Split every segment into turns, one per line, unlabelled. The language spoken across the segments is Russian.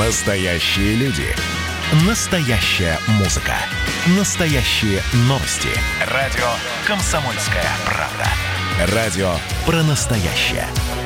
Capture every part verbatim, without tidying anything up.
Настоящие люди. Настоящая музыка. Настоящие новости. Радио «Комсомольская правда». Радио про настоящее.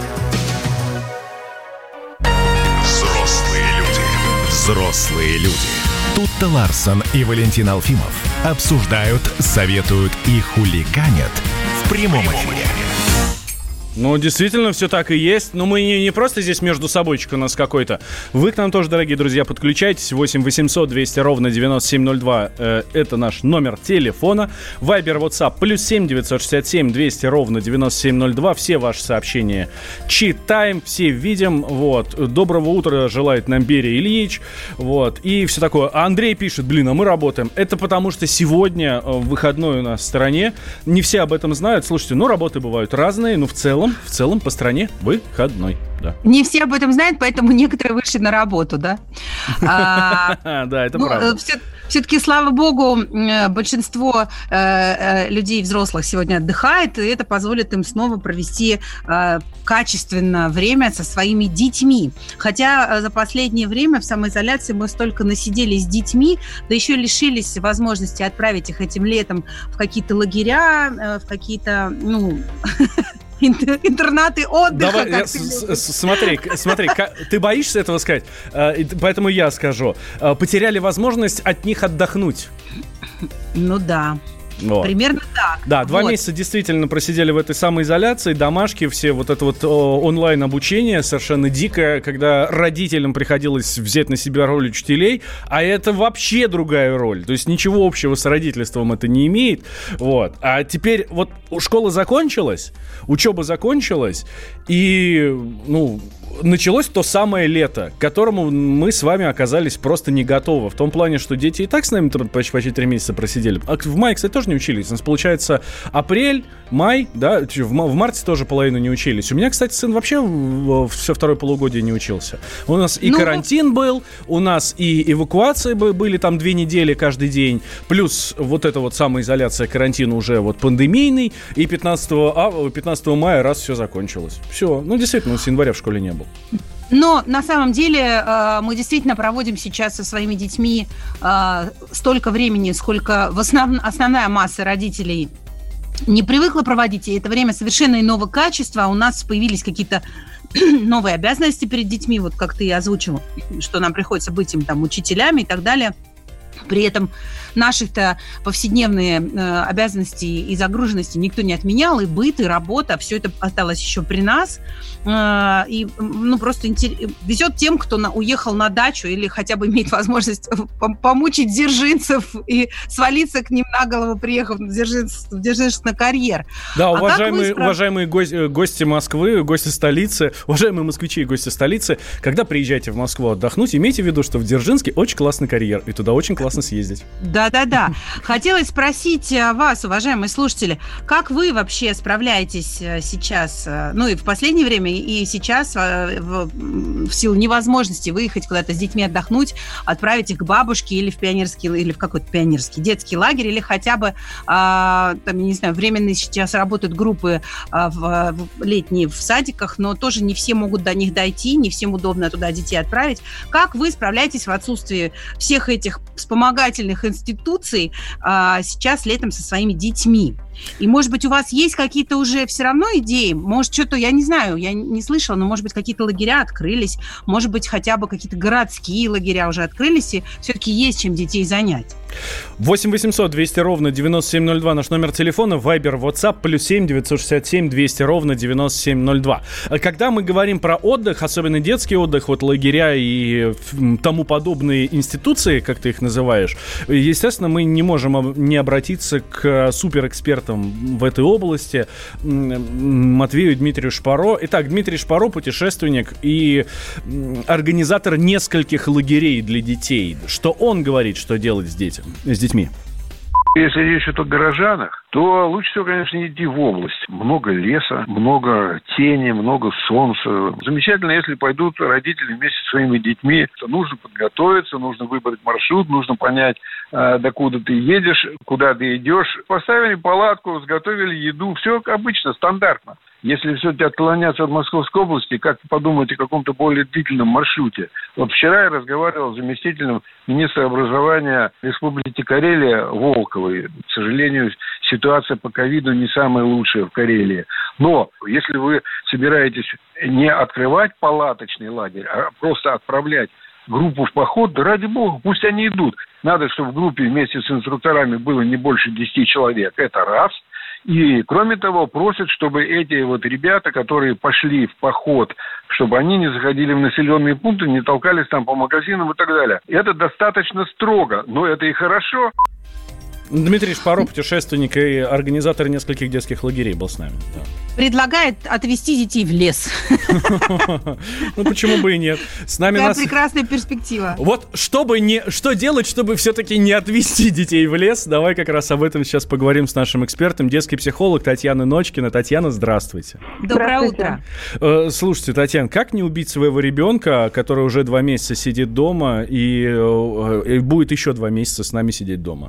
Взрослые люди. Взрослые люди. Тутта Ларсон и Валентин Алфимов обсуждают, советуют и хулиганят в прямом эфире.
Ну, действительно, все так и есть. Но мы не, не просто здесь между собойчик у нас какой-то. Вы к нам тоже, дорогие друзья, подключайтесь. восемь восемьсот двести ровно девяносто семь ноль два. Э, это наш номер телефона. Вайбер, WhatsApp, плюс семь девятьсот шестьдесят семь двести ровно девяносто семь ноль два. Все ваши сообщения читаем, все видим. Вот. Доброго утра желает нам Берия Ильич. Вот. И все такое. А Андрей пишет, блин, а мы работаем. Это потому, что сегодня выходной у нас в стране. Не все об этом знают. Слушайте, ну, работы бывают разные, но в целом В целом по стране выходной, да.
Не все об этом знают, поэтому некоторые вышли на работу, да?
Да, это правда.
Все-таки, слава богу, большинство людей взрослых сегодня отдыхает, и это позволит им снова провести качественно время со своими детьми. Хотя за последнее время в самоизоляции мы столько насиделись с детьми, да еще лишились возможности отправить их этим летом в какие-то лагеря, в какие-то, ну... интернаты отдыха.
Давай, я, с, смотри, смотри, ты боишься этого сказать, поэтому я скажу. Потеряли возможность от них отдохнуть.
Ну да. Вот. Примерно так.
Да, два
вот.
месяца действительно просидели в этой самоизоляции, домашки, все вот это вот о, онлайн-обучение совершенно дикое, когда родителям приходилось взять на себя роль учителей, а это вообще другая роль, то есть ничего общего с родительством это не имеет, вот. А теперь вот школа закончилась, учеба закончилась, и, ну... началось то самое лето, к которому мы с вами оказались просто не готовы. В том плане, что дети и так с нами почти, почти три месяца просидели. А в мае, кстати, тоже не учились. У нас получается апрель, май, да, в, в марте тоже половину не учились. У меня, кстати, сын вообще все второе полугодие не учился. У нас и ну, карантин был, у нас и эвакуации были там две недели каждый день, плюс вот эта вот самоизоляция, карантин уже вот пандемийный, и пятнадцатого мая раз все закончилось. Все, ну действительно, с января в школе не было.
Но на самом деле мы действительно проводим сейчас со своими детьми столько времени, сколько в основ... основная масса родителей не привыкла проводить, и это время совершенно иного качества. У нас появились какие-то новые обязанности перед детьми, вот как ты и озвучил, что нам приходится быть им там учителями и так далее. При этом наших-то повседневные э, обязанности и загруженности никто не отменял, и быт, и работа, все это осталось еще при нас. Э, и ну, просто интерес... везет тем, кто на... уехал на дачу или хотя бы имеет возможность помучить дзержинцев и свалиться к ним на голову, приехав в Дзержинск, в Дзержинск на карьер.
Да, а уважаемые, справ... уважаемые гости, гости Москвы, гости столицы, уважаемые москвичи и гости столицы, когда приезжаете в Москву отдохнуть, имейте в виду, что в Дзержинске очень классный карьер, и туда очень классно съездить.
Да-да-да. Хотелось спросить вас, уважаемые слушатели, как вы вообще справляетесь сейчас, ну и в последнее время, и сейчас в, в силу невозможности выехать куда-то с детьми отдохнуть, отправить их к бабушке или в пионерский, или в какой-то пионерский детский лагерь, или хотя бы, а, там, я не знаю, временно сейчас работают группы а, в, в летние в садиках, но тоже не все могут до них дойти, не всем удобно туда детей отправить. Как вы справляетесь в отсутствии всех этих вспомогательных институций а, сейчас летом со своими детьми? И, может быть, у вас есть какие-то уже все равно идеи? Может, что-то, я не знаю, я не слышала, но, может быть, какие-то лагеря открылись, может быть, хотя бы какие-то городские лагеря уже открылись, и все-таки есть чем детей занять.
восемь восемьсот двести ровно девяносто семь ноль два наш номер телефона, Вайбер, WhatsApp, плюс семь девятьсот шестьдесят семь двести ровно девяносто семь ноль два. Когда мы говорим про отдых, особенно детский отдых, вот лагеря и тому подобные институции, как ты их называешь, естественно, мы не можем не обратиться к суперэкспертам в этой области, Матвею Дмитрию Шпаро. Итак, Дмитрий Шпаро, путешественник и организатор нескольких лагерей для детей. Что он говорит, что делать с детьми? С детьми?
Если речь идет о горожанах, то лучше всего, конечно, идти в область. Много леса, много тени, много солнца. Замечательно, если пойдут родители вместе со своими детьми. Нужно подготовиться, нужно выбрать маршрут, нужно понять, докуда ты едешь, куда ты идешь. Поставили палатку, сготовили еду. Все обычно, стандартно. Если все-таки отклоняться от Московской области, как подумать о каком-то более длительном маршруте, Вот вчера я разговаривал с заместителем министра образования Республики Карелия Волковой. К сожалению, ситуация по ковиду не самая лучшая в Карелии. Но если вы собираетесь не открывать палаточный лагерь, а просто отправлять группу в поход, да ради бога, пусть они идут. Надо, чтобы в группе вместе с инструкторами было не больше десяти человек. Это раз. И, кроме того, просят, чтобы эти вот ребята, которые пошли в поход, чтобы они не заходили в населенные пункты, не толкались там по магазинам и так далее. Это достаточно строго, но это и хорошо.
Дмитрий Шпаро, путешественник и организатор нескольких детских лагерей, был с нами. Да.
Предлагает отвезти детей в лес.
Ну, почему бы и нет? С нами
Какая
нас...
прекрасная перспектива.
Вот чтобы не... что делать, чтобы все-таки не отвезти детей в лес? Давай как раз об этом сейчас поговорим с нашим экспертом, детский психолог Татьяна Ночкина. Татьяна, здравствуйте.
Доброе утро.
Слушайте, Татьяна, как не убить своего ребенка, который уже два месяца сидит дома и, и будет еще два месяца с нами сидеть дома?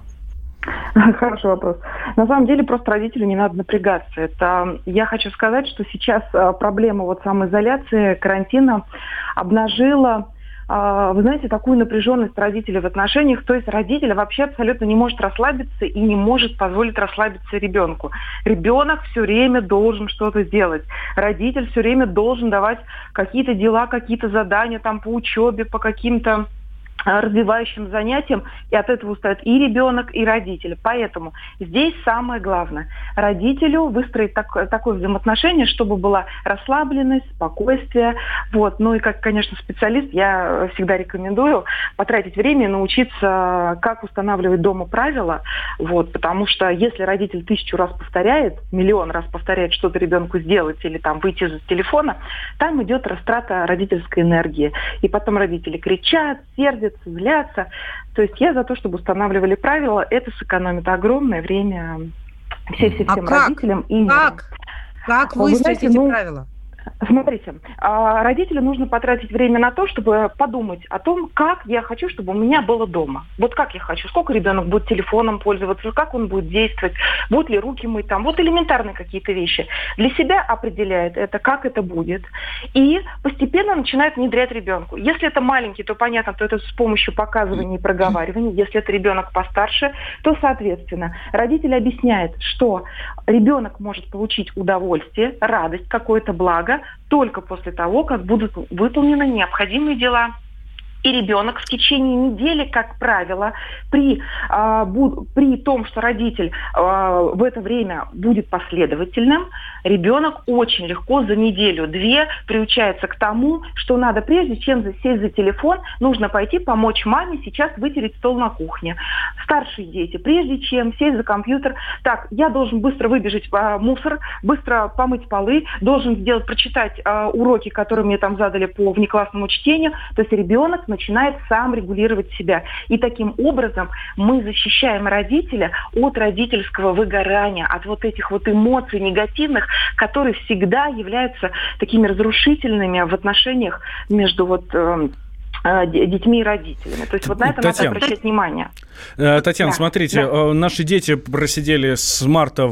Хороший вопрос. На самом деле просто родителю не надо напрягаться. Это я хочу сказать, что сейчас проблема вот самоизоляции, карантина обнажила, вы знаете, такую напряженность родителей в отношениях. То есть родитель вообще абсолютно не может расслабиться и не может позволить расслабиться ребенку. Ребенок все время должен что-то делать. Родитель все время должен давать какие-то дела, какие-то задания там по учебе, по каким-то развивающим занятиям, и от этого устает и ребенок, и родитель. Поэтому здесь самое главное – родителю выстроить так, такое взаимоотношение, чтобы была расслабленность, спокойствие. Вот. Ну и как, конечно, специалист, я всегда рекомендую потратить время и научиться, как устанавливать дома правила, вот, потому что если родитель тысячу раз повторяет, миллион раз повторяет что-то ребенку сделать или там выйти из телефона, там идет растрата родительской энергии. И потом родители кричат, сердятся, злятся. То есть я за то, чтобы устанавливали правила, это сэкономит огромное время всем-всем
а
родителям. И
как? Как выстроить эти ну, правила?
Смотрите, родителю нужно потратить время на то, чтобы подумать о том, как я хочу, чтобы у меня было дома. Вот как я хочу, сколько ребенок будет телефоном пользоваться, как он будет действовать, будут ли руки мыть там. Вот элементарные какие-то вещи. Для себя определяет это, как это будет. И постепенно начинает внедрять ребенку. Если это маленький, то понятно, то это с помощью показывания и проговаривания. Если это ребенок постарше, то, соответственно, родитель объясняет, что ребенок может получить удовольствие, радость, какое-то благо, только после того, как будут выполнены необходимые дела. И ребенок в течение недели, как правило, при, э, бу- при том, что родитель э, в это время будет последовательным, ребенок очень легко за неделю-две приучается к тому, что надо, прежде чем сесть за телефон, нужно пойти помочь маме сейчас вытереть стол на кухне. Старшие дети, прежде чем сесть за компьютер, так, я должен быстро выбежать в мусор, быстро помыть полы, должен сделать, прочитать э, уроки, которые мне там задали по внеклассному чтению. То есть ребенок начинает сам регулировать себя. И таким образом мы защищаем родителя от родительского выгорания, от вот этих вот эмоций негативных, которые всегда являются такими разрушительными в отношениях между вот э, детьми и родителями. То есть вот на это Татьяна, надо обращать внимание.
Татьяна, да, смотрите, да. Наши дети просидели с марта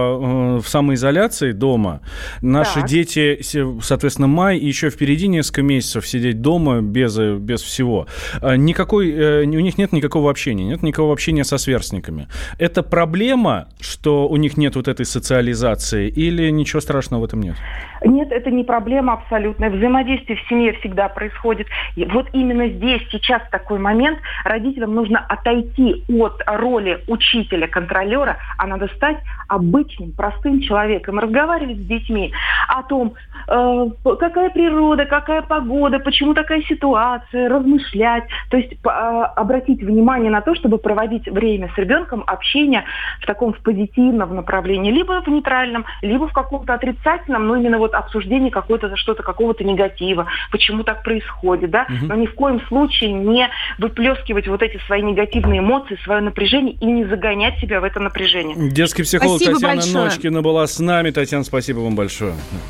в, в самоизоляции дома. Наши так. дети, соответственно, май, и еще впереди несколько месяцев сидеть дома без, без всего. Никакой, у них нет никакого общения, нет никакого общения со сверстниками. Это проблема, что у них нет вот этой социализации, или ничего страшного в этом нет?
Нет, это не проблема абсолютно. Взаимодействие в семье всегда происходит. И вот именно здесь, сейчас, в такой момент, родителям нужно отойти от роли учителя-контролера, а надо стать обычным, простым человеком, разговаривать с детьми о том, э, какая природа, какая погода, почему такая ситуация, размышлять. То есть э, обратить внимание на то, чтобы проводить время с ребенком, общение в таком в позитивном направлении, либо в нейтральном, либо в каком-то отрицательном, но именно вот обсуждение какого-то, что-то, какого-то негатива, почему так происходит, да, угу. Но ни в коем случае не выплескивать вот эти свои негативные эмоции, свое напряжение и не загонять себя в это напряжение.
Детский психолог спасибо Татьяна
большое.
Ночкина была с нами. Татьяна, спасибо вам большое.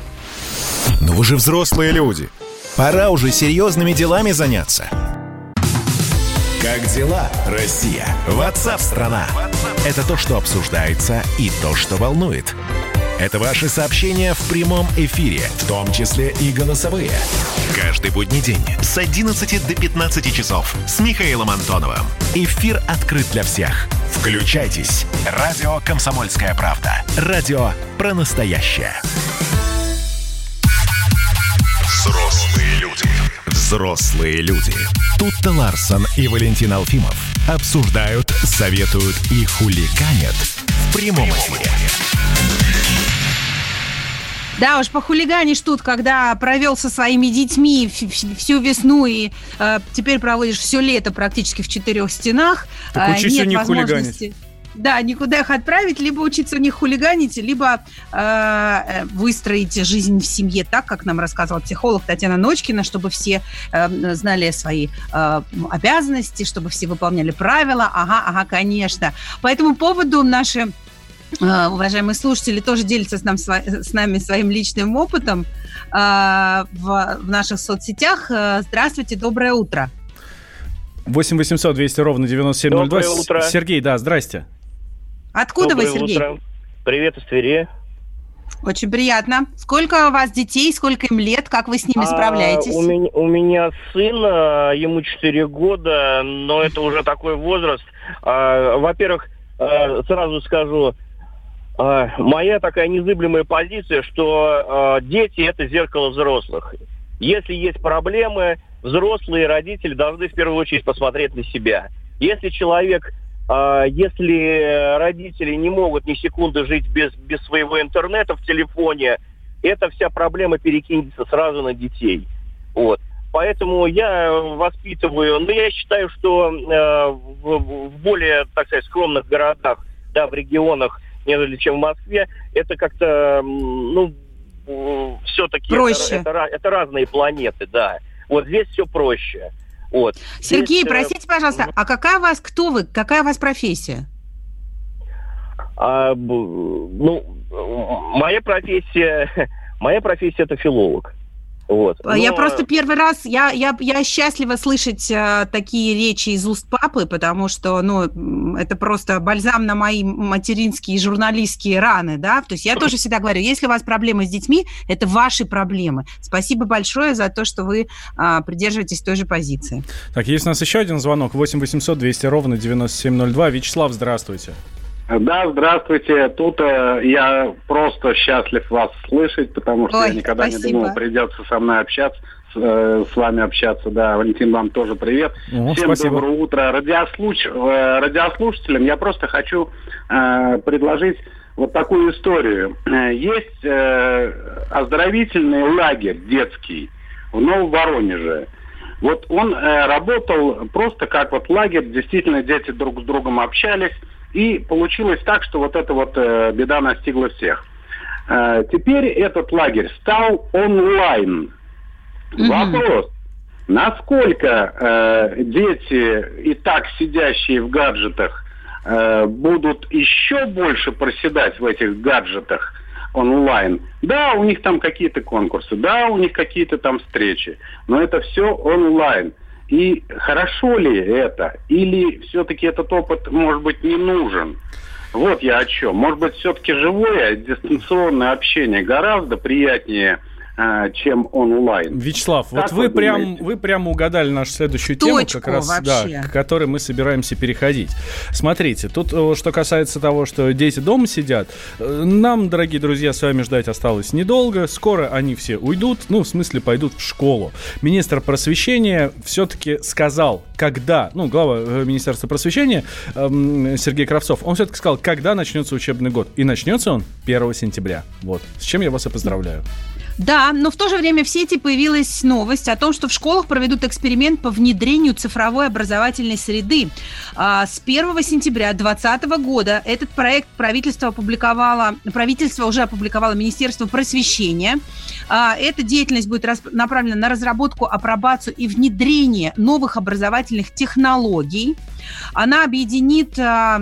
Но вы же взрослые люди. Пора уже серьезными делами заняться. Как дела, Россия? WhatsApp-страна. Это то, что обсуждается, и то, что волнует. Это ваши сообщения в прямом эфире, в том числе и голосовые. Каждый будний день с одиннадцати до пятнадцати часов с Михаилом Антоновым. Эфир открыт для всех. Включайтесь. Радио «Комсомольская правда». Радио про настоящее. Взрослые люди. Взрослые люди. Тут-то Ларсон и Валентин Алфимов обсуждают, советуют и хулиганят в прямом эфире.
Да уж, похулиганишь тут, когда провел со своими детьми всю весну и э, теперь проводишь все лето практически в четырех стенах.
Так учись
э,
у них хулиганить.
Да, никуда их отправить, либо учиться у них хулиганить, либо э, выстроить жизнь в семье так, как нам рассказывал психолог Татьяна Ночкина, чтобы все э, знали свои э, обязанности, чтобы все выполняли правила. Ага, ага, конечно. По этому поводу наши э, уважаемые слушатели тоже делятся с, нам, с нами своим личным опытом э, в, в наших соцсетях. Здравствуйте, доброе утро.
восемь восемьсот двести ровно девяносто семь ноль два.
Доброе утро.
Сергей, да, здрасте.
Откуда
Доброе
вы, Сергей?
Утро. Привет из Твери.
Очень приятно. Сколько у вас детей, сколько им лет, как вы с ними справляетесь?
А, у, меня, у меня сын, ему четыре года, но это уже такой возраст. А, во-первых, а, сразу скажу, а, моя такая незыблемая позиция, что а, дети – это зеркало взрослых. Если есть проблемы, взрослые родители должны в первую очередь посмотреть на себя. Если человек... Если родители не могут ни секунды жить без, без своего интернета в телефоне, эта вся проблема перекинется сразу на детей. Вот. Поэтому я воспитываю, но я считаю, что э, в, в более, так сказать, скромных городах, да, в регионах, нежели чем в Москве, это как-то, ну, все-таки
проще.
Это, это, это разные планеты, да. Вот здесь все проще. Вот.
Сергей,
Здесь,
простите, пожалуйста, а какая у вас, кто вы, какая у вас профессия?
А, ну, моя профессия, моя профессия это филолог. Вот.
Я
Но...
просто первый раз, я, я, я счастлива слышать а, такие речи из уст папы, потому что, ну, это просто бальзам на мои материнские журналистские раны, да, то есть я тоже всегда говорю, если у вас проблемы с детьми, это ваши проблемы. Спасибо большое за то, что вы а, придерживаетесь той же позиции.
Так, есть у нас еще один звонок, восемь восемьсот двести ровно девяносто семь ноль два. Вячеслав, здравствуйте.
Да, здравствуйте. Тут э, я просто счастлив вас слышать, потому что
Ой,
я никогда
спасибо.
не думал, придется со мной общаться, с, э, с вами общаться. Да, Валентин, вам тоже привет.
О,
Всем
спасибо.
доброе утро. Радиослуш... э, радиослушателям я просто хочу э, предложить вот такую историю. Э, есть э, оздоровительный лагерь детский в Новом Воронеже. Вот он э, работал просто как вот лагерь, действительно дети друг с другом общались. И получилось так, что вот эта вот э, беда настигла всех. Э, теперь этот лагерь стал онлайн. Mm-hmm. Вопрос, насколько э, дети, и так сидящие в гаджетах, э, будут еще больше проседать в этих гаджетах онлайн? Да, у них там какие-то конкурсы, да, у них какие-то там встречи, но это все онлайн. И хорошо ли это? Или все-таки этот опыт, может быть, не нужен? Вот я о чем. Может быть, все-таки живое дистанционное общение гораздо приятнее, чем онлайн.
Вячеслав,
как
вот вы,
вы
прям, вы прям угадали нашу следующую тему,
Точку
как раз,
вообще.
да, к которой мы собираемся переходить. Смотрите, тут, что касается того, что дети дома сидят, нам, дорогие друзья, с вами ждать осталось недолго. Скоро они все уйдут, ну, в смысле, пойдут в школу. Министр просвещения все-таки сказал, когда, ну, глава Министерства просвещения эм, Сергей Кравцов, он все-таки сказал, когда начнется учебный год. И начнется он первого сентября. Вот. С чем я вас и поздравляю.
Да, но в то же время в сети появилась новость о том, что в школах проведут эксперимент по внедрению цифровой образовательной среды. С первого сентября две тысячи двадцатого года этот проект правительство опубликовало, правительство уже опубликовало Министерство просвещения. Эта деятельность будет направлена на разработку, апробацию и внедрение новых образовательных технологий. Она объединит...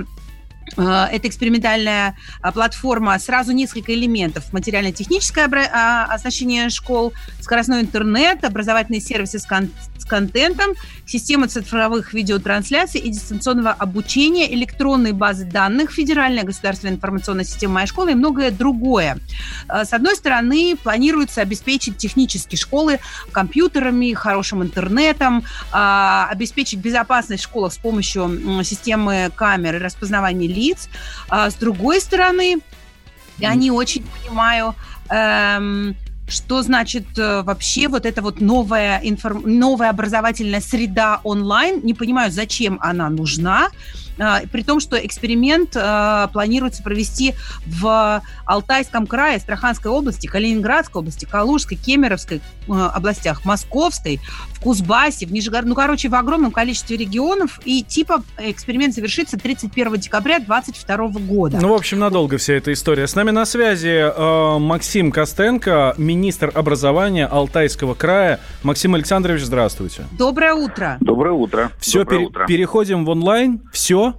Это экспериментальная платформа, сразу несколько элементов. Материально-техническое оснащение школ, скоростной интернет, образовательные сервисы с, кон- с с контентом, система цифровых видеотрансляций и дистанционного обучения, электронные базы данных, федеральная государственная информационная система «Моя школа» и многое другое. С одной стороны, планируется обеспечить технические школы компьютерами, хорошим интернетом, обеспечить безопасность в школах с помощью системы камер и распознавания лиц. С другой стороны, я не очень понимаю, эм, что значит э, вообще вот эта вот новая, информ... новая образовательная среда онлайн. Не понимаю, зачем она нужна. Э, при том, что эксперимент э, планируется провести в Алтайском крае, Астраханской области, Калининградской области, Калужской, Кемеровской э, областях, Московской, в Кузбассе, в Нижегородской, ну, короче, в огромном количестве регионов. И типа эксперимент завершится тридцать первого декабря две тысячи двадцать второго года.
Ну, в общем, надолго вся эта история. С нами на связи э, Максим Костенко, министр образования Алтайского края. Максим Александрович, здравствуйте.
Доброе утро.
Доброе утро.
Все,
Доброе
пере-
утро.
переходим в онлайн. Все.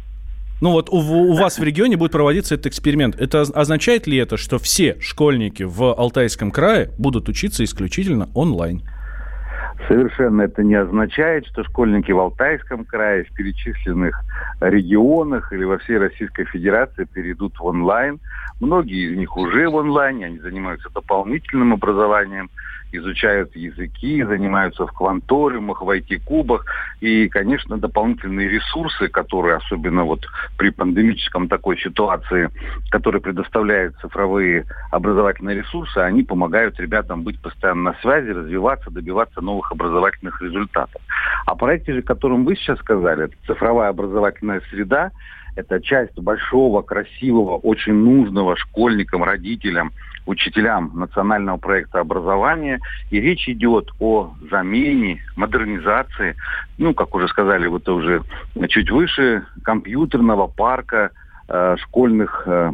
Ну вот у, у вас в регионе будет проводиться этот эксперимент. Это означает ли это, что все школьники в Алтайском крае будут учиться исключительно онлайн?
Совершенно это не означает, что школьники в Алтайском крае, в перечисленных регионах или во всей Российской Федерации перейдут в онлайн. Многие из них уже в онлайне, они занимаются дополнительным образованием, изучают языки, занимаются в кванториумах, в ай ти-кубах. И, конечно, дополнительные ресурсы, которые, особенно вот при пандемическом такой ситуации, которые предоставляют цифровые образовательные ресурсы, они помогают ребятам быть постоянно на связи, развиваться, добиваться новых образовательных результатов. О проекте же, о котором вы сейчас сказали, это цифровая образовательная среда, это часть большого, красивого, очень нужного школьникам, родителям, учителям национального проекта образования. И речь идет о замене, модернизации, ну, как уже сказали, вот это уже чуть выше, компьютерного парка э, школьных, э,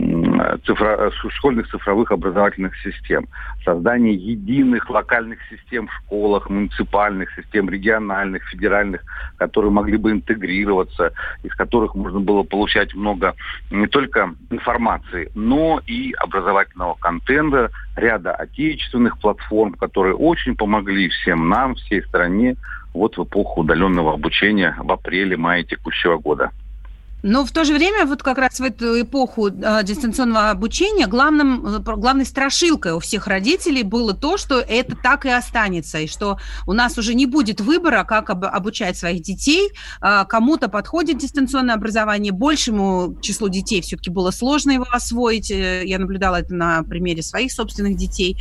цифро, школьных цифровых образовательных систем. Создание единых локальных систем в школах, муниципальных систем, региональных, федеральных, которые могли бы интегрироваться, из которых можно было получать много не только информации, но и образовательного контента, ряда отечественных платформ, которые очень помогли всем нам, всей стране, вот в эпоху удаленного обучения в апреле-мае текущего года.
Но в то же время, вот как раз в эту эпоху э, дистанционного обучения главным, э, главной страшилкой у всех родителей было то, что это так и останется, и что у нас уже не будет выбора, как об, обучать своих детей. Э, кому-то подходит дистанционное образование, большему числу детей все-таки было сложно его освоить. Я наблюдала это на примере своих собственных детей.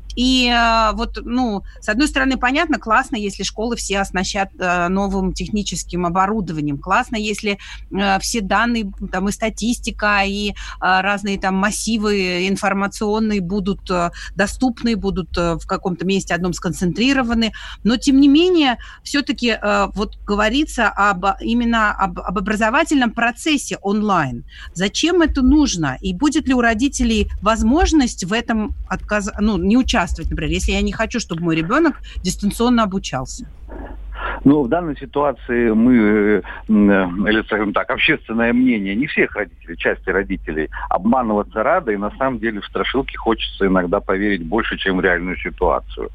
И э, вот, ну, с одной стороны, понятно, классно, если школы все оснащат э, новым техническим оборудованием, классно, если э, все данные, там, и статистика, и э, разные там массивы информационные будут э, доступны, будут э, в каком-то месте одном сконцентрированы, но, тем не менее, все-таки э, вот говорится об, именно об, об образовательном процессе онлайн. Зачем это нужно? И будет ли у родителей возможность в этом отказ... ну, не участвовать? Например, если я не хочу, чтобы мой ребенок дистанционно обучался?
Ну, в данной ситуации мы, или, скажем так, общественное мнение не всех родителей, части родителей, обманываться рада, и на самом деле в страшилки хочется иногда поверить больше, чем в реальную ситуацию.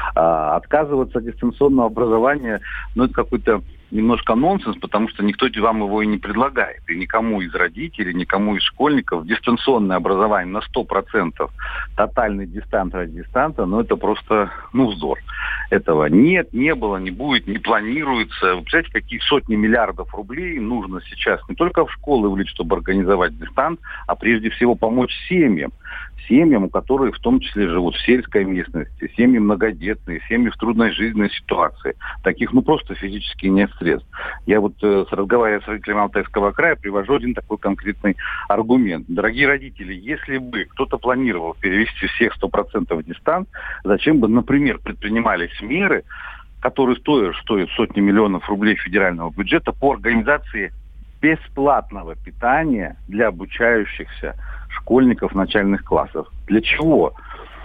А, отказываться от дистанционного образования, ну, это какой-то немножко нонсенс, потому что никто вам его и не предлагает. И никому из родителей, никому из школьников дистанционное образование на сто процентов, тотальный дистант от дистанта, ну, это просто, ну, вздор. Этого нет, не было, не будет, не планируется. Вы представляете, какие сотни миллиардов рублей нужно сейчас не только в школы влить, чтобы организовать дистант, а прежде всего помочь семьям. Семьям, у которых в том числе живут в сельской местности, семьи многодетные, семьи в трудной жизненной ситуации. Таких, ну, просто физически нет средств. Я вот, э, разговаривая с родителями Алтайского края, привожу один такой конкретный аргумент. Дорогие родители, если бы кто-то планировал перевести всех сто процентов в дистант, зачем бы, например, предпринимались меры, которые стоят, стоят сотни миллионов рублей федерального бюджета по организации бесплатного питания для обучающихся школьников начальных классов. Для чего?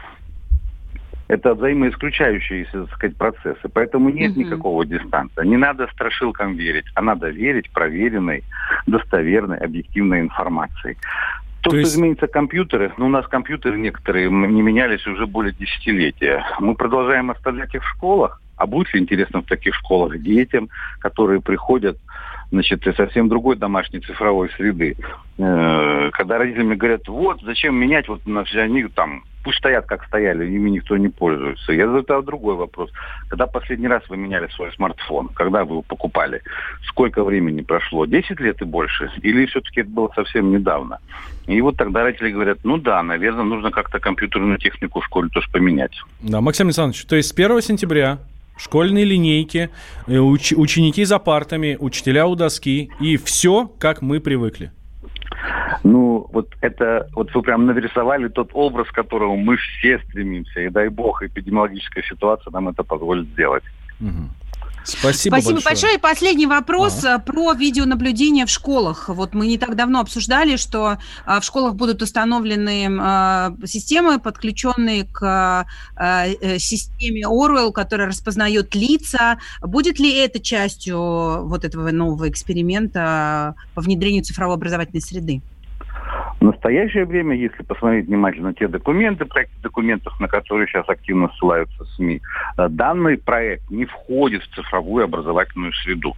Это взаимоисключающиеся, так сказать, процессы. Поэтому нет угу. никакого дистанта. Не надо страшилкам верить, а надо верить проверенной, достоверной, объективной информации. То, То есть... что изменятся компьютеры, ну, у нас компьютеры некоторые не менялись уже более десятилетия. Мы продолжаем оставлять их в школах, А будет ли интересно в таких школах детям, которые приходят, значит, из совсем другой домашней цифровой среды? Когда родителям говорят, вот, зачем менять, вот они там, пусть стоят, как стояли, ими никто не пользуется. Я задаю другой вопрос. Когда последний раз вы меняли свой смартфон? Когда вы его покупали? Сколько времени прошло? десять лет и больше? Или все-таки это было совсем недавно? И вот тогда родители говорят, ну да, наверное, нужно как-то компьютерную технику в школе тоже поменять.
Да, Максим Александрович, то есть с первого сентября школьные линейки, уч- ученики за партами, учителя у доски, и все, как мы привыкли.
Ну, вот это, вот вы прям нарисовали тот образ, к которому мы все стремимся, и дай бог, эпидемиологическая ситуация нам это позволит сделать.
Угу. Спасибо,
Спасибо
большое.
большое. И последний вопрос
А.
про видеонаблюдение в школах. Вот мы не так давно обсуждали, что а, в школах будут установлены а, системы, подключенные к а, системе Оруэлл, которая распознает лица. Будет ли это частью вот этого нового эксперимента по внедрению цифровой образовательной среды?
В настоящее время, если посмотреть внимательно те документы, проекты документов, на которые сейчас активно ссылаются СМИ, данный проект не входит в цифровую образовательную среду.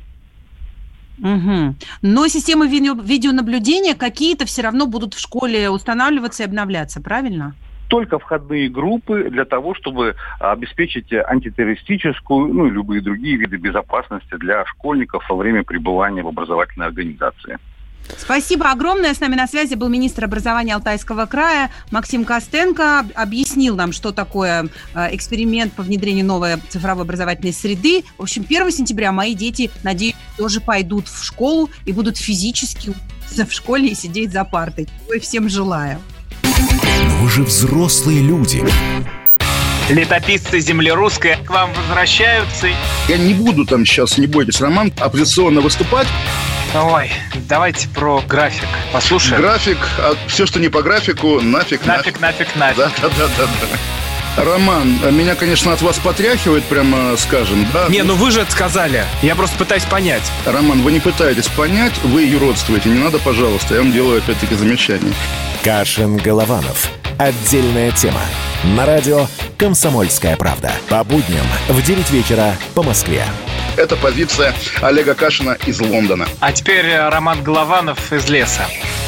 Угу. Но системы видео- видеонаблюдения какие-то все равно будут в школе устанавливаться и обновляться, правильно?
Только входные группы для того, чтобы обеспечить антитеррористическую, ну и любые другие виды безопасности для школьников во время пребывания в образовательной организации.
Спасибо огромное. С нами на связи был министр образования Алтайского края Максим Костенко. Объяснил нам, что такое эксперимент по внедрению новой цифровой образовательной среды. В общем, первого сентября мои дети, надеюсь, тоже пойдут в школу и будут физически учиться в школе и сидеть за партой. Чего я всем желаю.
Но вы же взрослые люди.
Летописцы земли русской к вам возвращаются.
Я не буду там сейчас, не бойтесь, Роман, оппозиционно выступать.
Ой, давайте про график послушаем.
График, а все, что не по графику, нафиг,
нафиг. Нафиг, нафиг, нафиг.
Да, да, да, да, да. Роман, меня, конечно, от вас потряхивает, прямо скажем, да?
Не, ну вы же это сказали. Я просто пытаюсь понять.
Роман, вы не пытаетесь понять, вы юродствуете. Не надо, пожалуйста, я вам делаю опять-таки замечание.
Кашин-Голованов. Отдельная тема. На радио «Комсомольская правда». По будням в девять вечера по Москве.
Это позиция Олега Кашина из Лондона.
А теперь Роман Голованов из леса.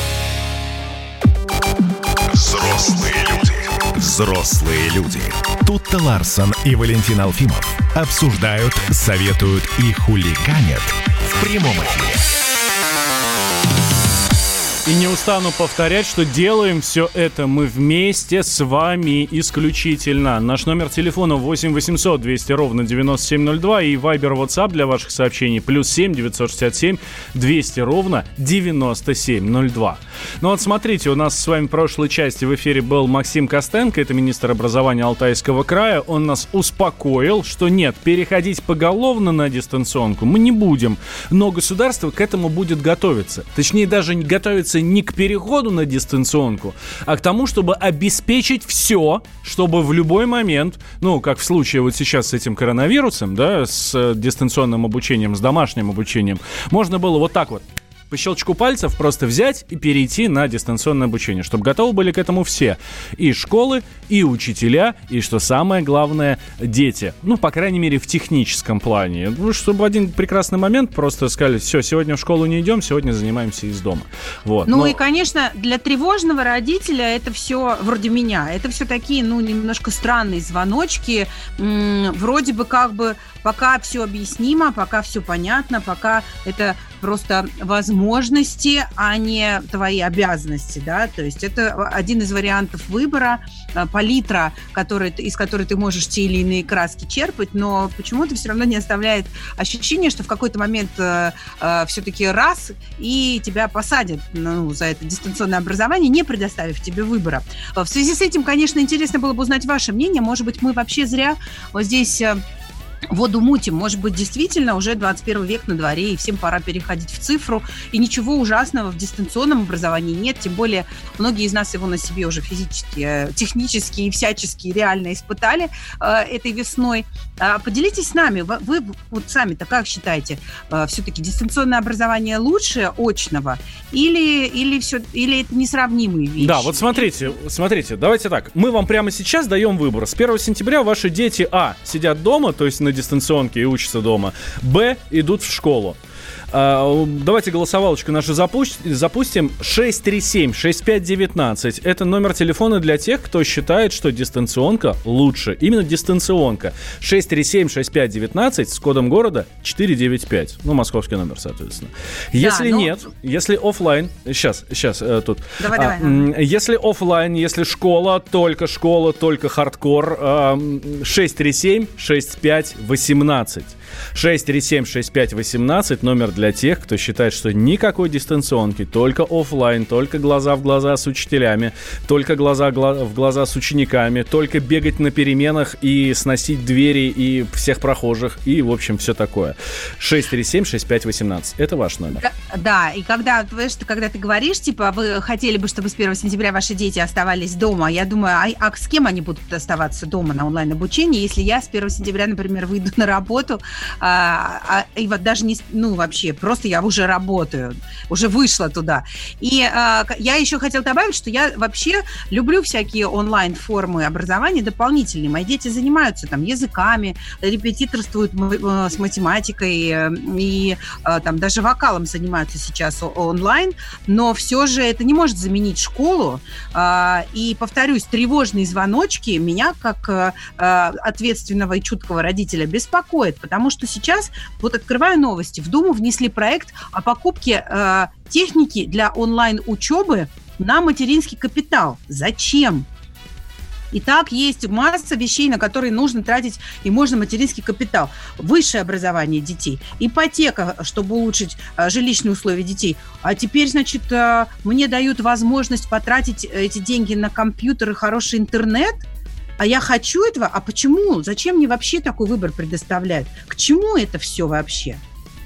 Взрослые люди. Взрослые люди. Тутта Ларсон и Валентин Алфимов обсуждают, советуют и хулиганят в прямом эфире.
И не устану повторять, что делаем все это мы вместе с вами исключительно. Наш номер телефона восемь восемьсот двести ровно девяносто семь ноль два и Viber WhatsApp для ваших сообщений плюс семь девятьсот шестьдесят семь двести ровно девяносто семь ноль два. Ну вот смотрите, у нас с вами в прошлой части в эфире был Максим Костенко, это министр образования Алтайского края. Он нас успокоил, что нет, переходить поголовно на дистанционку мы не будем, но государство к этому будет готовиться. Точнее, даже не готовиться не к переходу на дистанционку, а к тому, чтобы обеспечить все, чтобы в любой момент, ну, как в случае вот сейчас с этим коронавирусом, да, с дистанционным обучением, с домашним обучением, можно было вот так вот по щелчку пальцев просто взять и перейти на дистанционное обучение, чтобы готовы были к этому все. И школы, и учителя, и, что самое главное, дети. Ну, по крайней мере, в техническом плане. Ну, чтобы в один прекрасный момент просто сказали, все, сегодня в школу не идем, сегодня занимаемся из дома. Вот.
Ну
Но...
и, конечно, для тревожного родителя это все, вроде меня, это все такие, ну, немножко странные звоночки. М-м, вроде бы как бы пока все объяснимо, пока все понятно, пока это просто возможности, а не твои обязанности, да, то есть это один из вариантов выбора, палитра, который, из которой ты можешь те или иные краски черпать, но почему-то все равно не оставляет ощущение, что в какой-то момент э, э, все-таки раз, и тебя посадят, ну, за это дистанционное образование, не предоставив тебе выбора. В связи с этим, конечно, интересно было бы узнать ваше мнение, может быть, мы вообще зря вот здесь... Э, воду мутим. Может быть, действительно уже двадцать первый век на дворе, и всем пора переходить в цифру. И ничего ужасного в дистанционном образовании нет. Тем более, многие из нас его на себе уже физически, технически и всячески реально испытали э, этой весной. Э, поделитесь с нами. Вы, вы вот сами-то как считаете? Э, все-таки дистанционное образование лучше очного? Или, или, все, или это несравнимые вещи?
Да, вот смотрите, смотрите, давайте так. Мы вам прямо сейчас даем выбор. С первого сентября ваши дети, а, сидят дома, то есть на дистанционке и учатся дома, б, идут в школу. Давайте голосовалочку нашу запустим. шесть три семь шесть пять один девять. Это номер телефона для тех, кто считает, что дистанционка лучше. Именно дистанционка. шесть три семь шесть пять один девять с кодом города четыре девять пять. Ну, московский номер, соответственно. Если да, ну... нет, если офлайн... Сейчас, сейчас, э, тут.
Давай,
а,
давай.
Если офлайн, если школа, только школа, только хардкор. Э, шесть три семь шесть пять один восемь. шесть три семь шесть пять восемнадцать, номер для тех, кто считает, что никакой дистанционки, только офлайн, только глаза в глаза с учителями, только глаза в глаза с учениками, только бегать на переменах и сносить двери и всех прохожих, и, в общем, все такое. шесть три семь шесть пять восемнадцать. Это ваш номер.
Да, да, и когда, когда ты говоришь, типа, вы хотели бы, чтобы с первого сентября ваши дети оставались дома, я думаю, а, а с кем они будут оставаться дома на онлайн-обучении, если я с первого сентября, например, выйду на работу, А, а, и вот даже не, ну, вообще, просто я уже работаю, уже вышла туда. И а, я еще хотела добавить, что я вообще люблю всякие онлайн-формы образования дополнительные. Мои дети занимаются там языками, репетиторствуют с математикой и а, там даже вокалом занимаются сейчас онлайн, но все же это не может заменить школу. А, и, повторюсь, тревожные звоночки меня, как а, ответственного и чуткого родителя, беспокоят, потому что сейчас, вот открываю новости, в Думу внесли проект о покупке э, техники для онлайн-учебы на материнский капитал. Зачем? Итак, есть масса вещей, на которые нужно тратить и можно материнский капитал. Высшее образование детей, ипотека, чтобы улучшить э, жилищные условия детей. А теперь, значит, э, мне дают возможность потратить эти деньги на компьютер и хороший интернет. А я хочу этого? А почему? Зачем мне вообще такой выбор предоставляют? К чему это все вообще?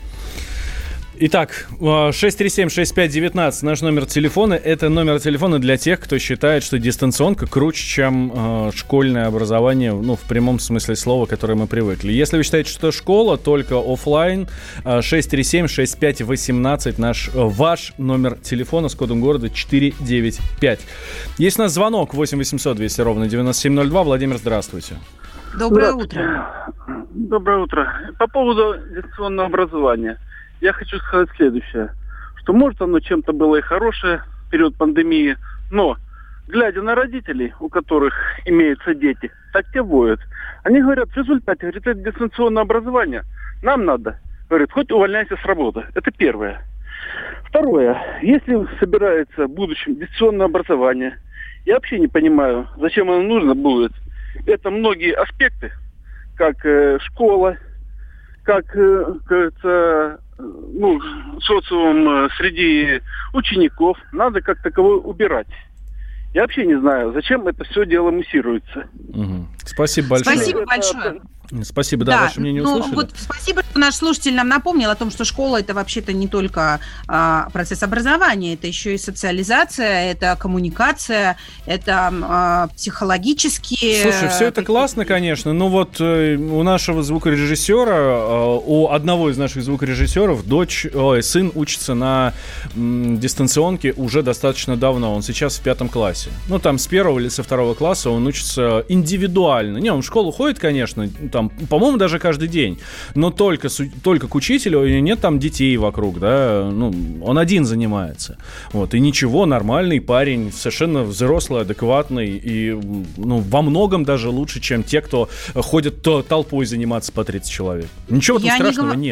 Итак, шесть три семь шесть пять один девять наш номер телефона. Это номер телефона для тех, кто считает, что дистанционка круче, чем э, школьное образование, ну, в прямом смысле слова, к которому мы привыкли. Если вы считаете, что школа только офлайн, шесть три семь шесть пять один восемь наш, ваш номер телефона с кодом города четыре девять пять. Есть у нас звонок восемь восемьсот двести ровно девяносто семь ноль два. Владимир, здравствуйте.
Доброе утро.
Доброе утро. По поводу дистанционного образования. Я хочу сказать следующее, что может оно чем-то было и хорошее в период пандемии, но, глядя на родителей, у которых имеются дети, так те воют. Они говорят, в результате, говорит, это дистанционное образование, нам надо, говорит, хоть увольняйся с работы. Это первое. Второе, если собирается в будущем дистанционное образование, я вообще не понимаю, зачем оно нужно будет. Это многие аспекты, как э, школа, как, э, кажется, ну, социум среди учеников надо как таковой убирать. Я вообще не знаю, зачем это все дело муссируется.
Угу. Спасибо большое.
Спасибо большое.
Спасибо, да, да, ваше мнение
ну,
услышали.
Вот спасибо, что наш слушатель нам напомнил о том, что школа – это вообще-то не только а, процесс образования, это еще и социализация, это коммуникация, это а, психологические…
Слушай, все это классно, конечно, но вот э, у нашего звукорежиссера, э, у одного из наших звукорежиссеров дочь, ой, сын учится на м, дистанционке уже достаточно давно, он сейчас в пятом классе. Ну, там с первого или со второго класса он учится индивидуально. Не, он в школу ходит, конечно, там, по-моему, даже каждый день, но только, только к учителю, и нет там детей вокруг, да, ну, он один занимается, вот, и ничего, нормальный парень, совершенно взрослый, адекватный, и, ну, во многом даже лучше, чем те, кто ходит толпой заниматься по тридцать человек. Ничего там страшного не... нет.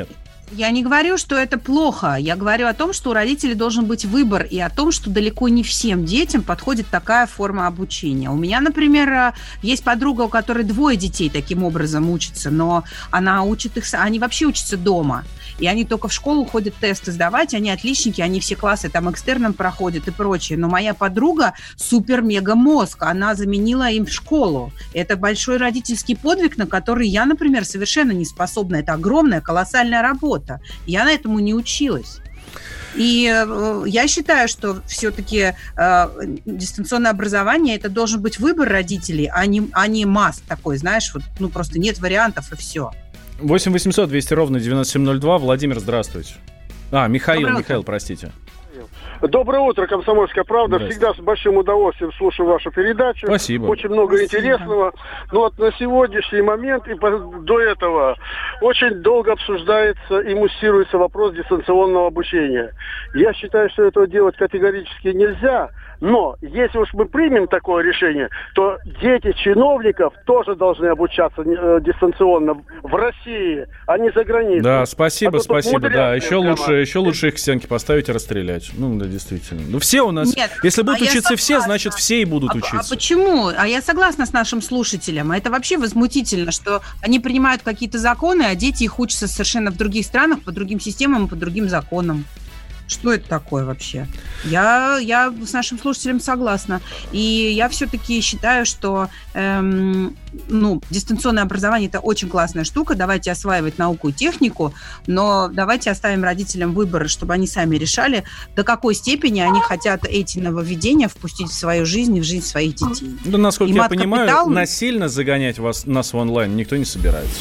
Я не говорю, что это плохо. Я говорю о том, что у родителей должен быть выбор, и о том, что далеко не всем детям подходит такая форма обучения. У меня, например, есть подруга, у которой двое детей таким образом учатся, но она учит их... Они вообще учатся дома. И они только в школу ходят тесты сдавать, они отличники, они все классы там экстерном проходят и прочее. Но моя подруга супер-мега-мозг, она заменила им школу. Это большой родительский подвиг, на который я, например, совершенно не способна. Это огромная, колоссальная работа. Я на этому не училась. И э, я считаю, что все-таки э, дистанционное образование – это должен быть выбор родителей, а не, а не масс такой, знаешь, вот, ну просто нет вариантов и все.
восемь восемьсот двести ровно девяносто семь ноль два. Владимир, здравствуйте. А, Михаил, Михаил, простите.
Доброе утро, «Комсомольская правда». Всегда с большим удовольствием слушаю вашу передачу.
Спасибо.
Очень много
Спасибо.
интересного. Но вот на сегодняшний момент и до этого очень долго обсуждается и муссируется вопрос дистанционного обучения. Я считаю, что этого делать категорически нельзя. Но если уж мы примем такое решение, то дети чиновников тоже должны обучаться э, дистанционно в России, а не за границей.
Да, спасибо,
а
спасибо. Да, еще
прямо.
лучше, еще лучше их к стенке поставить и расстрелять. Ну, да, действительно. Ну, все у нас...
Нет,
если будут
а
учиться все, значит, все и будут
а,
учиться.
А почему? А я согласна с нашим слушателем. Это вообще возмутительно, что они принимают какие-то законы, а дети их учатся совершенно в других странах, по другим системам, по другим законам. Что это такое вообще? Я, я с нашим слушателем согласна. И я все-таки считаю, что эм, ну, дистанционное образование – это очень классная штука. Давайте осваивать науку и технику, но давайте оставим родителям выбор, чтобы они сами решали, до какой степени они хотят эти нововведения впустить в свою жизнь и в жизнь своих детей.
Да, насколько
и
я понимаю,
капитал...
насильно загонять вас, нас в онлайн никто не собирается.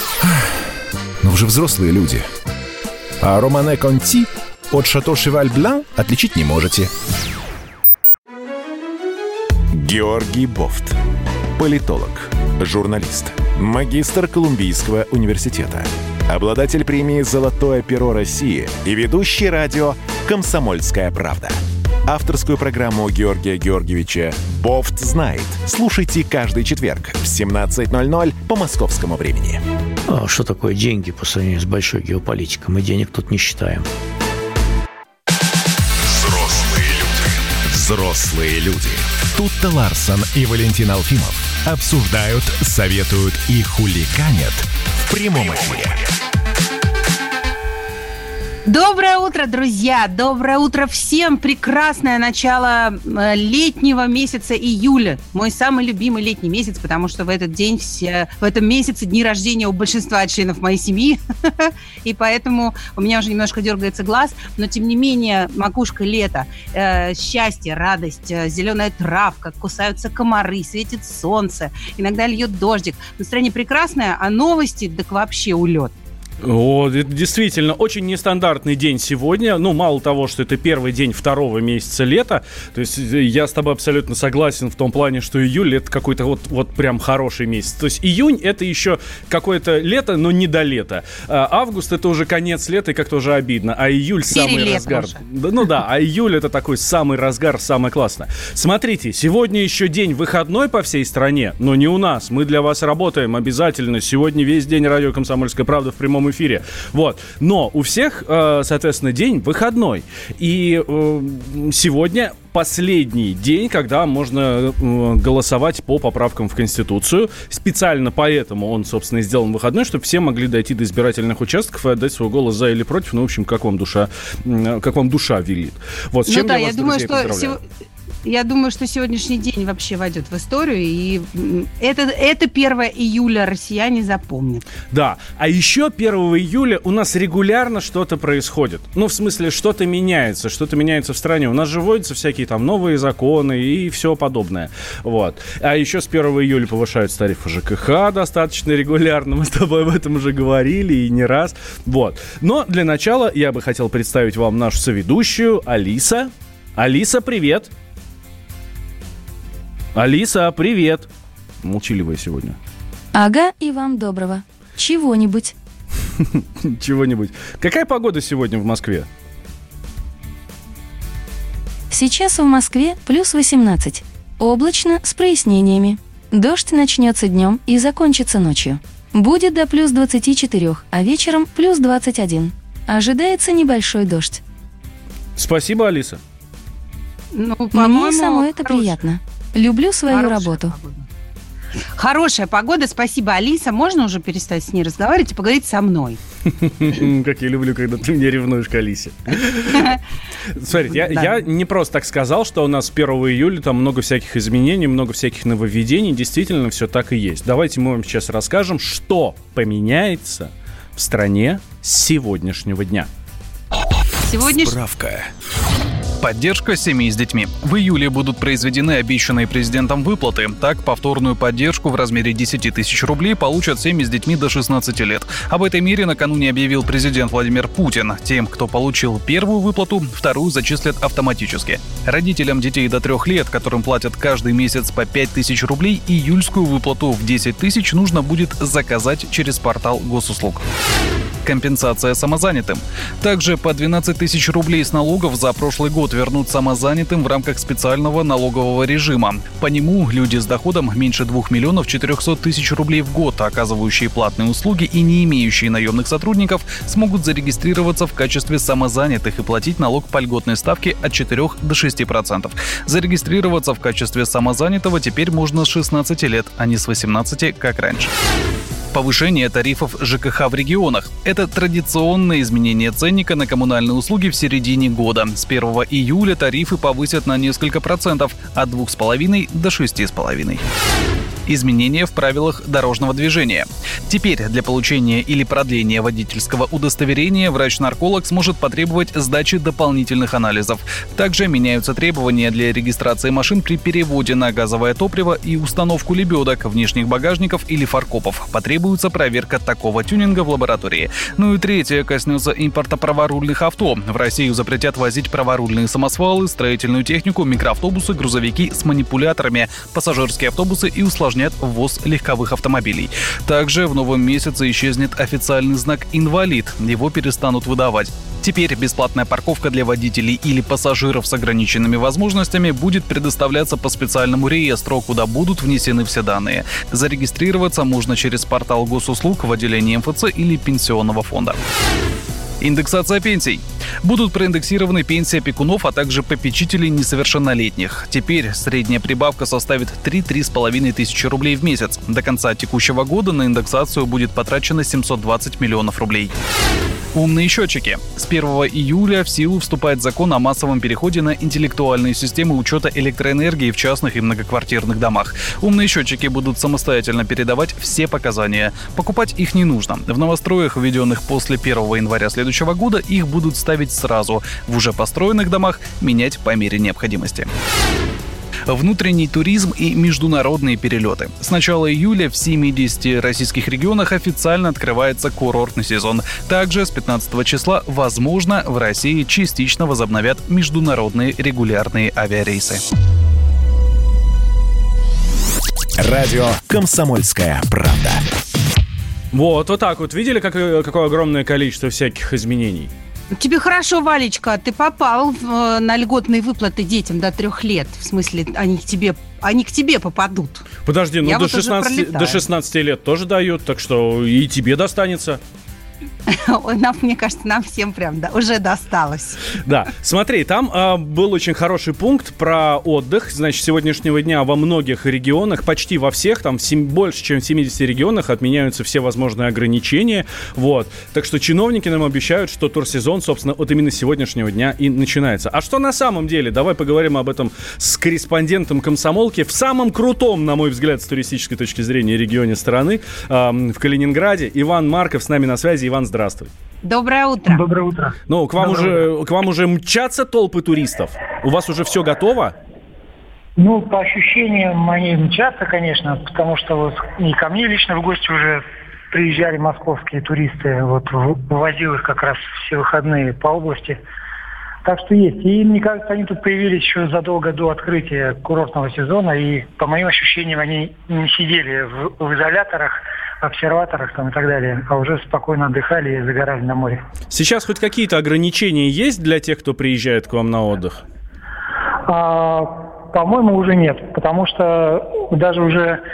Но вы же взрослые люди. А Романе Конти от Шато Шеваль Блан отличить не можете. Георгий Бофт. Политолог, журналист, магистр Колумбийского университета, обладатель премии «Золотое перо России» и ведущий радио «Комсомольская правда». Авторскую программу Георгия Георгиевича «Бофт знает». Слушайте каждый четверг в семнадцать ноль ноль по московскому времени.
А что такое деньги по сравнению с большой геополитикой? Мы денег тут не считаем.
Взрослые люди. Тутта Ларсон и Валентин Алфимов обсуждают, советуют и хулиганят в прямом эфире.
Доброе утро, друзья! Доброе утро всем! Прекрасное начало летнего месяца июля. Мой самый любимый летний месяц, потому что в этот день, все, в этом месяце дни рождения у большинства членов моей семьи. И поэтому у меня уже немножко дергается глаз. Но, тем не менее, макушка лета, э, счастье, радость, э, зеленая травка, кусаются комары, светит солнце, иногда льет дождик. Настроение прекрасное, а новости так вообще улет.
О, это действительно очень нестандартный день сегодня. Ну, мало того, что это первый день второго месяца лета. То есть я с тобой абсолютно согласен в том плане, что июль — это какой-то вот, вот прям хороший месяц. То есть июнь — это еще какое-то лето, но не до лета. А август — это уже конец лета, и как-то уже обидно. А июль — самый разгар. Да, ну да, а июль — это такой самый разгар, самое классное. Смотрите, сегодня еще день выходной по всей стране, но не у нас. Мы для вас работаем обязательно. Сегодня весь день радио «Комсомольская правда» в прямом эфире. Вот. Но у всех, соответственно, день выходной. И сегодня последний день, когда можно голосовать по поправкам в Конституцию. Специально поэтому он, собственно, и сделан выходной, чтобы все могли дойти до избирательных участков и отдать свой голос за или против. Ну, в общем, как вам душа, как вам душа велит. Вот, с чем
ну да,
я вас,
я думаю,
друзья,
что
поздравляю.
Я думаю, что сегодняшний день вообще войдет в историю, и это, это первое июля россияне запомнят.
Да, а еще первого июля у нас регулярно что-то происходит. Ну, в смысле, что-то меняется, что-то меняется в стране. У нас же вводятся всякие там новые законы и все подобное. Вот. А еще с первого июля повышаются тарифы ЖКХ достаточно регулярно. Мы с тобой об этом уже говорили и не раз. Вот. Но для начала я бы хотел представить вам нашу соведущую Алиса. Алиса, привет! Алиса, привет! Молчаливая сегодня.
Ага, и вам доброго. Чего-нибудь.
Чего-нибудь. Какая погода сегодня в Москве?
Сейчас в Москве плюс восемнадцать. Облачно, с прояснениями. Дождь начнется днем и закончится ночью. Будет до плюс двадцати четырёх, а вечером плюс двадцать один. Ожидается небольшой дождь.
Спасибо, Алиса.
Ну,
Мне самой это приятно. Люблю свою
Хорошая
работу.
погода. Хорошая погода, спасибо, Алиса. Можно уже перестать с ней разговаривать и поговорить со мной?
Как я люблю, когда ты мне ревнуешь к Алисе. Смотрите, я, я не просто так сказал, что у нас с первого июля там много всяких изменений, много всяких нововведений. Действительно, все так и есть. Давайте мы вам сейчас расскажем, что поменяется в стране с сегодняшнего дня.
Сегодня...
Справка.
Поддержка семей с детьми. В июле будут произведены обещанные президентом выплаты. Так, повторную поддержку в размере десять тысяч рублей получат семьи с детьми до шестнадцати лет. Об этой мере накануне объявил президент Владимир Путин. Тем, кто получил первую выплату, вторую зачислят автоматически. Родителям детей до трех лет, которым платят каждый месяц по пять тысяч рублей, июльскую выплату в десять тысяч нужно будет заказать через портал госуслуг. Компенсация самозанятым. Также по двенадцать тысяч рублей с налогов за прошлый год вернут самозанятым в рамках специального налогового режима. По нему люди с доходом меньше двух миллионов четырехсот тысяч рублей в год, оказывающие платные услуги и не имеющие наемных сотрудников, смогут зарегистрироваться в качестве самозанятых и платить налог по льготной ставке от четырёх до шести процентов. Зарегистрироваться в качестве самозанятого теперь можно с шестнадцати лет, а не с восемнадцати, как раньше. Повышение тарифов ЖКХ в регионах. Это традиционное изменение ценника на коммунальные услуги в середине года. С первого июля тарифы повысят на несколько процентов, от двух с половиной до шести с половиной. Изменения в правилах дорожного движения. Теперь для получения или продления водительского удостоверения врач-нарколог сможет потребовать сдачи дополнительных анализов. Также меняются требования для регистрации машин при переводе на газовое топливо и установку лебедок, внешних багажников или фаркопов. Потребуется проверка такого тюнинга в лаборатории. Ну и третье коснется импорта праворульных авто. В Россию запретят возить праворульные самосвалы, строительную технику, микроавтобусы, грузовики с манипуляторами, пассажирские автобусы и усложнения ввоз легковых автомобилей. Также в новом месяце исчезнет официальный знак «Инвалид». Его перестанут выдавать. Теперь бесплатная парковка для водителей или пассажиров с ограниченными возможностями будет предоставляться по специальному реестру, куда будут внесены все данные. Зарегистрироваться можно через портал госуслуг в отделении эм эф цэ или пенсионного фонда. Индексация пенсий. Будут проиндексированы пенсии опекунов, а также попечителей несовершеннолетних. Теперь средняя прибавка составит три-три с половиной тысячи рублей в месяц. До конца текущего года на индексацию будет потрачено семьсот двадцать миллионов рублей. Умные счетчики. С первого июля в силу вступает закон о массовом переходе на интеллектуальные системы учета электроэнергии в частных и многоквартирных домах. Умные счетчики будут самостоятельно передавать все показания. Покупать их не нужно. В новостроях, введенных после первого января следующего года, их будут ставить сразу. В уже построенных домах менять по мере необходимости. Внутренний туризм и международные перелеты. С начала июля в семидесяти российских регионах официально открывается курортный сезон. Также с пятнадцатого числа, возможно, в России частично возобновят международные регулярные авиарейсы.
Радио «Комсомольская правда».
Вот, вот так вот. Видели, как, какое огромное количество всяких изменений?
Тебе хорошо, Валечка, ты попал в, на льготные выплаты детям до трех лет. В смысле, они к тебе, они к тебе попадут.
Подожди, ну
Я
до,
вот
шестнадцати, до шестнадцати лет тоже дают, так что и тебе достанется.
Нам, мне кажется, нам всем прям да, уже досталось.
Да, смотри, там э, был очень хороший пункт про отдых. Значит, с сегодняшнего дня во многих регионах, почти во всех, там в сем, больше, чем в семидесяти регионах отменяются все возможные ограничения. Вот. Так что чиновники нам обещают, что турсезон, собственно, вот именно с сегодняшнего дня и начинается. А что на самом деле? Давай поговорим об этом с корреспондентом «Комсомолки» в самом крутом, на мой взгляд, с туристической точки зрения регионе страны, э, в Калининграде. Иван Марков с нами на связи. Иван, здравствуй.
Доброе утро.
Доброе утро.
Ну, к вам,
Доброе
уже,
утро.
к вам уже мчатся толпы туристов? У вас уже все готово?
Ну, по ощущениям, они мчатся, конечно, потому что вот и ко мне лично в гости уже приезжали московские туристы. Вот вывозил их как раз все выходные по области. Так что есть. И мне кажется, они тут появились еще задолго до открытия курортного сезона. И, по моим ощущениям, они не сидели в, в изоляторах, обсерваторах там и так далее, а уже спокойно отдыхали и загорали на море.
Сейчас хоть какие-то ограничения есть для тех, кто приезжает к вам на отдых?
А, по-моему, уже нет, потому что даже уже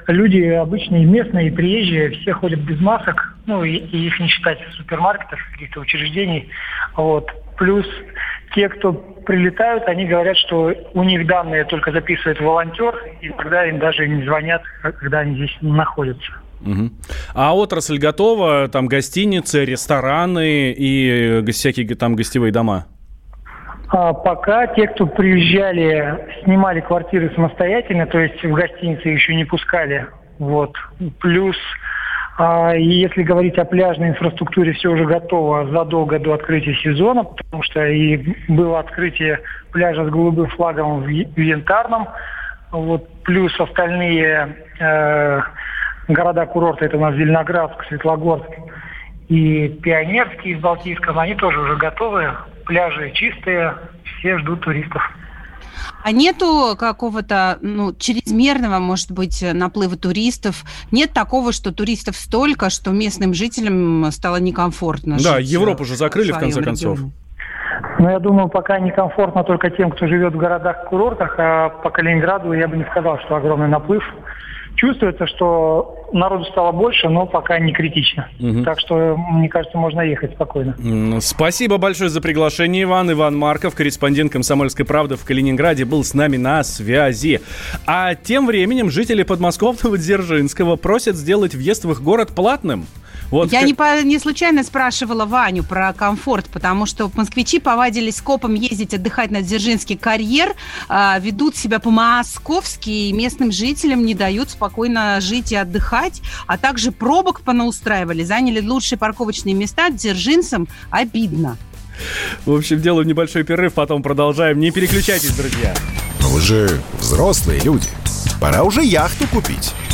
люди обычные, местные, приезжие, все ходят без масок, ну, и, и их не считать в супермаркетах, каких-то учреждений. Вот. Плюс те, кто прилетают, они говорят, что у них данные только записывает волонтер, и тогда им даже не звонят, когда они здесь находятся.
Угу. А отрасль готова? Там гостиницы, рестораны и всякие там гостевые дома?
А пока те, кто приезжали, снимали квартиры самостоятельно, то есть в гостиницы еще не пускали. Вот. Плюс, а, если говорить о пляжной инфраструктуре, все уже готово задолго до открытия сезона, потому что и было открытие пляжа с голубым флагом в Янтарном. Вот. Плюс остальные э, города-курорты, это у нас Зеленоградск, Светлогорск и Пионерский с Балтийском, они тоже уже готовы. Пляжи чистые, все ждут туристов.
А нету какого-то, ну, чрезмерного, может быть, наплыва туристов? Нет такого, что туристов столько, что местным жителям стало некомфортно?
Да, Европу же закрыли, в конце концов.
Ну, я думаю, пока некомфортно только тем, кто живет в городах-курортах, а по Калининграду я бы не сказал, что огромный наплыв. Чувствуется, что народу стало больше, но пока не критично. Угу. Так что, мне кажется, можно ехать спокойно.
Спасибо большое за приглашение, Иван. Иван Марков, корреспондент «Комсомольской правды» в Калининграде, был с нами на связи. А тем временем жители подмосковного Дзержинского просят сделать въезд в их город платным. Вот
Я
как...
не, по, не случайно спрашивала Ваню про комфорт, потому что москвичи повадились скопом ездить отдыхать на Дзержинский карьер, э, ведут себя по-московски, и местным жителям не дают спокойно жить и отдыхать, а также пробок понаустраивали, заняли лучшие парковочные места, дзержинцам обидно.
В общем, делаем небольшой перерыв, потом продолжаем. Не переключайтесь, друзья.
Вы же взрослые люди. Пора уже яхту купить.